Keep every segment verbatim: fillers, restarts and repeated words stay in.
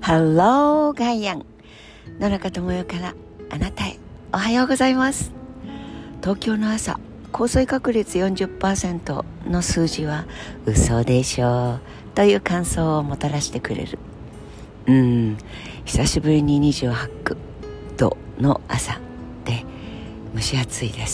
Hello ガイアン、野中智代からあなたへおはようございます。東京の朝、降水確率 よんじゅっパーセント の数字は嘘でしょうという感想をもたらしてくれる。うーん久しぶりににじゅうはちどの朝で蒸し暑いです。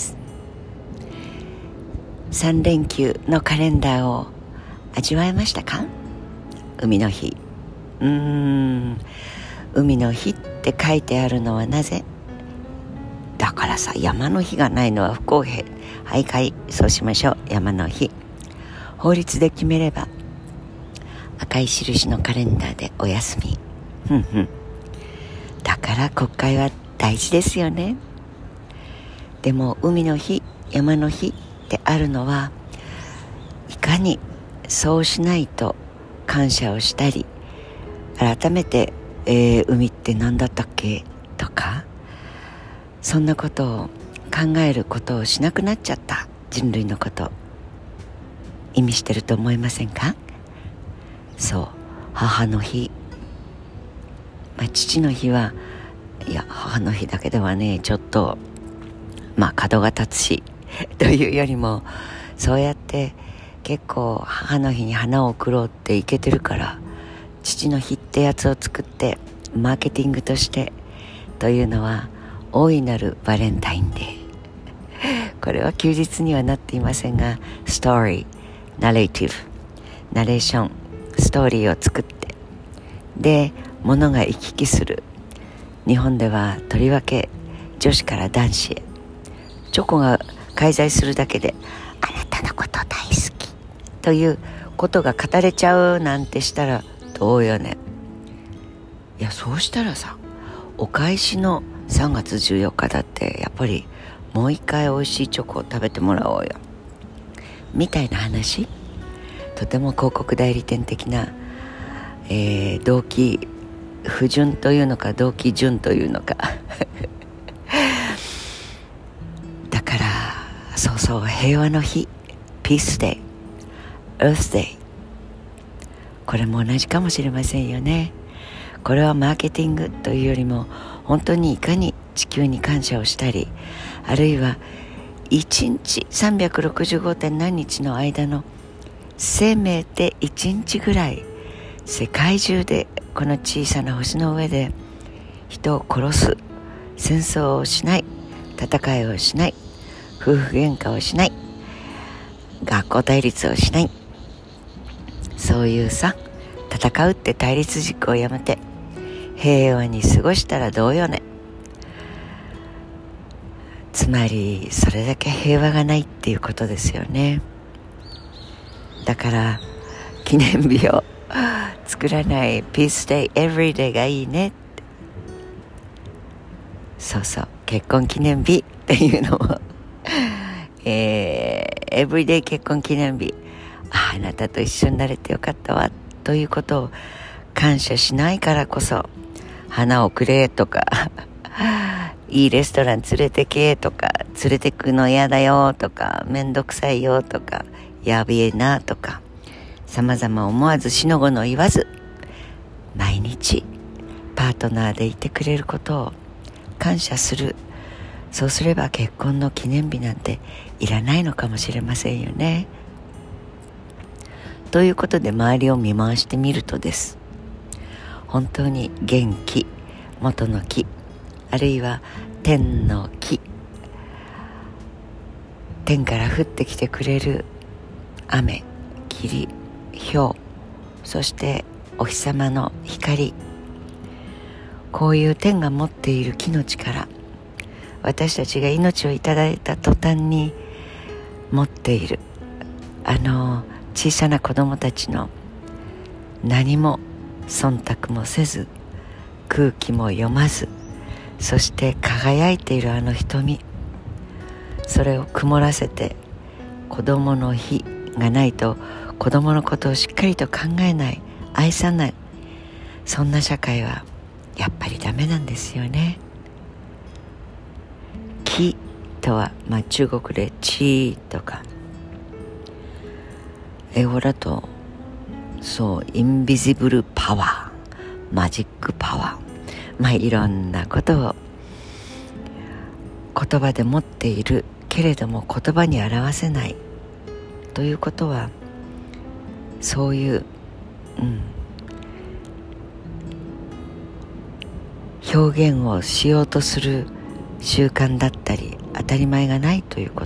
さん連休のカレンダーを味わえましたか？海の日、うーん海の日って書いてあるのはなぜ？だからさ、山の日がないのは不公平。はいはい、そうしましょう。山の日、法律で決めれば赤い印のカレンダーでお休み。ふんふんだから国会は大事ですよね。でも海の日、山の日ってあるのは、いかにそうしないと感謝をしたり、改めて、えー、海って何だったっけとか、そんなことを考えることをしなくなっちゃった人類のこと意味してると思いませんか？そう、母の日、まあ、父の日はいや母の日だけではね、ちょっとまあ角が立つしというよりも、そうやって結構母の日に花を贈ろうっていけてるから、父の日ってやつを作ってマーケティングとしてというのは、大いなるバレンタインデー。これは休日にはなっていませんが、ストーリー、ナレーティブ、ナレーション、ストーリーを作って、で物が行き来する。日本ではとりわけ女子から男子へ、チョコが介在するだけであなたのこと大好きということが語れちゃうなんてしたらどうよね。いや、そうしたらさ、お返しのさんがつじゅうよっかだってやっぱりもう一回おいしいチョコを食べてもらおうよみたいな話。とても広告代理店的な、えー、動機不純というのか動機純というのかだからそうそう、平和の日、ピースデイ、エースデイ、これも同じかもしれませんよね。これはマーケティングというよりも、本当にいかに地球に感謝をしたり、あるいはいちにちさんびゃくろくじゅうごてん何日の間のせめていちにちぐらい、世界中でこの小さな星の上で人を殺す、戦争をしない、戦いをしない、夫婦喧嘩をしない、学校対立をしない、そういうさ、戦うって対立軸をやめて平和に過ごしたらどうよね。つまりそれだけ平和がないっていうことですよね。だから記念日を作らないピースデイエブリデイがいいねって。そうそう、結婚記念日っていうのもえー、エブリデイ結婚記念日、あ、あなたと一緒になれてよかったわということを感謝しないからこそ、花をくれとかいいレストラン連れてけとか、連れてくの嫌だよとか、めんどくさいよとか、やべえなとか、様々思わずしのごの言わず、毎日パートナーでいてくれることを感謝する。そうすれば結婚の記念日なんていらないのかもしれませんよね。ということで、周りを見回してみるとです、本当に元気、元の木、あるいは天の木、天から降ってきてくれる雨、霧、氷、そしてお日様の光、こういう天が持っている木の力、私たちが命をいただいた途端に持っているあの小さな子供たちの何も忖度もせず、空気も読まず、そして輝いているあの瞳、それを曇らせて、子供の日がないと子供のことをしっかりと考えない、愛さない、そんな社会はやっぱりダメなんですよね。木とは、まあ、中国でチーとか、英語だとそうインビジブルパワー、 マジックパワー、まあいろんなことを言葉で持っているけれども言葉に表せないということは、そういう、うん、表現をしようとする習慣だったり当たり前がないということ。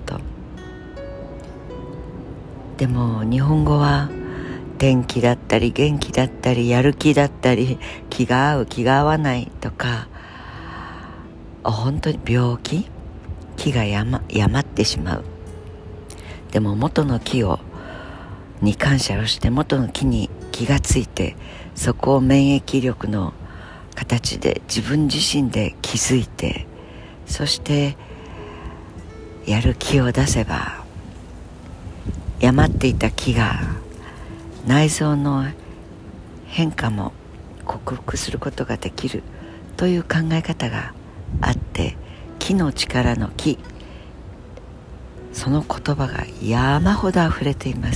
でも日本語は天気だったり元気だったりやる気だったり気が合う気が合わないとか、本当に病気気がやま、やまってしまう。でも元の木をに感謝をして元の木に気がついて、そこを免疫力の形で自分自身で気づいて、そしてやる気を出せばやまっていた木が内臓の変化も克服することができるという考え方があって、木の力の木、その言葉が山ほどあふれています。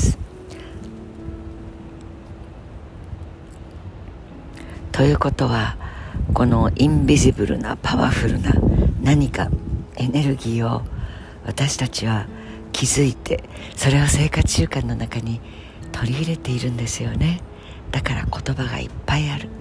ということは、このインビジブルなパワフルな何かエネルギーを私たちは気づいて、それを生活習慣の中に取り入れているんですよね。だから言葉がいっぱいある。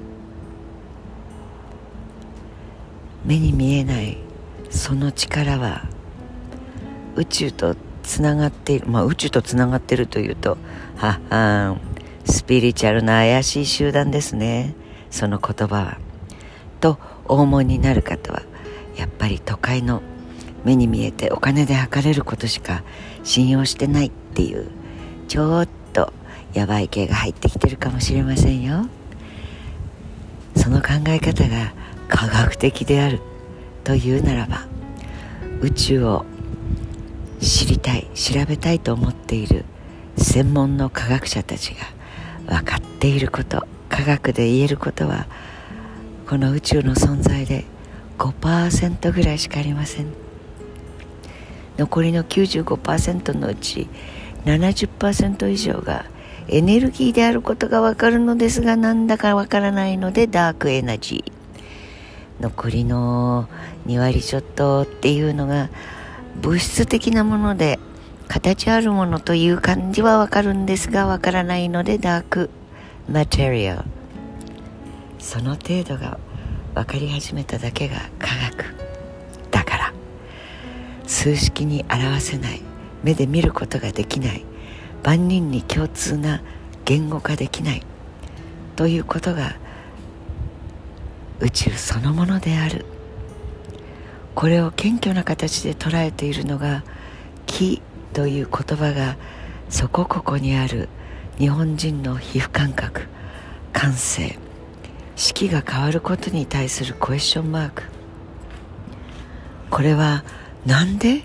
目に見えないその力は宇宙とつながっている、まあ宇宙とつながっているというとははスピリチュアルな怪しい集団ですね、その言葉は。とお思いになる方は、やっぱり都会の目に見えてお金で測れることしか信用してないっていう、ちょっとやばい系が入ってきてるかもしれませんよ。その考え方が科学的であるというならば、宇宙を知りたい、調べたいと思っている専門の科学者たちが分かっていること、科学で言えることは、この宇宙の存在で ごパーセント ぐらいしかありません。残りの きゅうじゅうごパーセント のうち ななじゅっパーセント 以上がエネルギーであることがわかるのですが、なんだかわからないのでダークエナジー。残りのに割ちょっとっていうのが物質的なもので、形あるものという感じはわかるんですがわからないのでダークマテリアル。その程度が分かり始めただけが科学だから、数式に表せない、目で見ることができない、万人に共通な言語化できないということが宇宙そのものである。これを謙虚な形で捉えているのが気という言葉がそこここにある日本人の皮膚感覚、感性、四季が変わることに対するクエスチョンマーク。これはなんで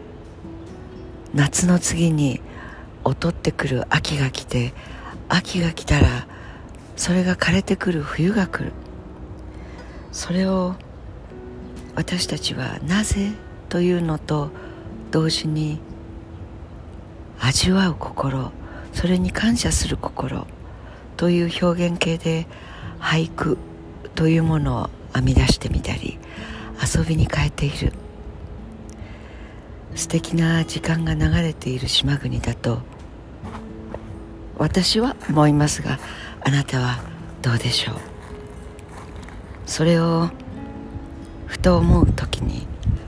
夏の次に劣ってくる秋が来て、秋が来たらそれが枯れてくる冬が来る。それを私たちはなぜというのと同時に味わう心、それに感謝する心という表現形で俳句というものを編み出してみたり、遊びに変えている。素敵な時間が流れている島国だと私は思いますが、あなたはどうでしょう。それをふと思うときに、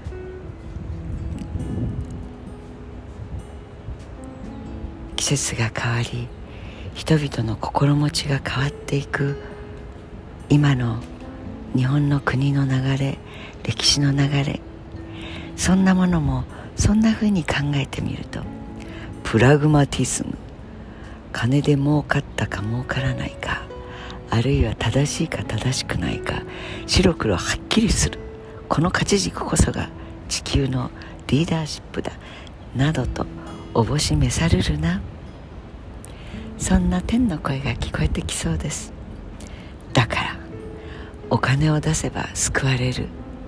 季節が変わり、人々の心持ちが変わっていく今の日本の国の流れ、歴史の流れ、そんなものもそんな風に考えてみると、プラグマティズム、金で儲かったか儲からないか、あるいは正しいか正しくないか、白黒はっきりする、この価値軸こそが地球のリーダーシップだなどとおぼし召されるな。そんな天の声が聞こえてきそうです。だからお金を出せば救われる。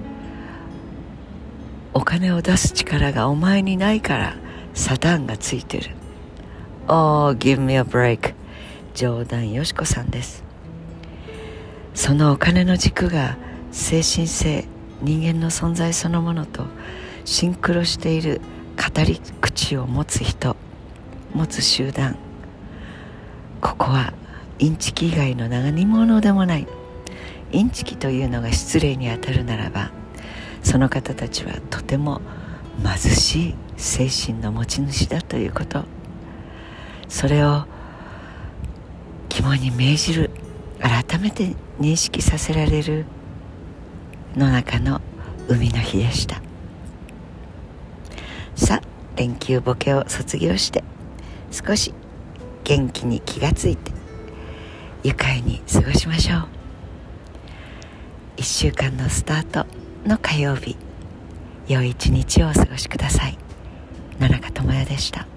お金を出す力がお前にないからサタンがついてる。Oh, give me a break。 冗談よしこさんです。 そのお金の軸が精神性、人間の存在そのものとシンクロしている語り口を持つ人、持つ集団、ここはインチキ以外の何者でもない。インチキというのが失礼にあたるならば、その方たちはとても貧しい精神の持ち主だということ、それを肝に銘じる、改めて認識させられるの中の海の日でした。さあ、連休ボケを卒業して少し元気に気がついて愉快に過ごしましょう。いっしゅうかんのスタートの火曜日、良い一日をお過ごしください。野中智也でした。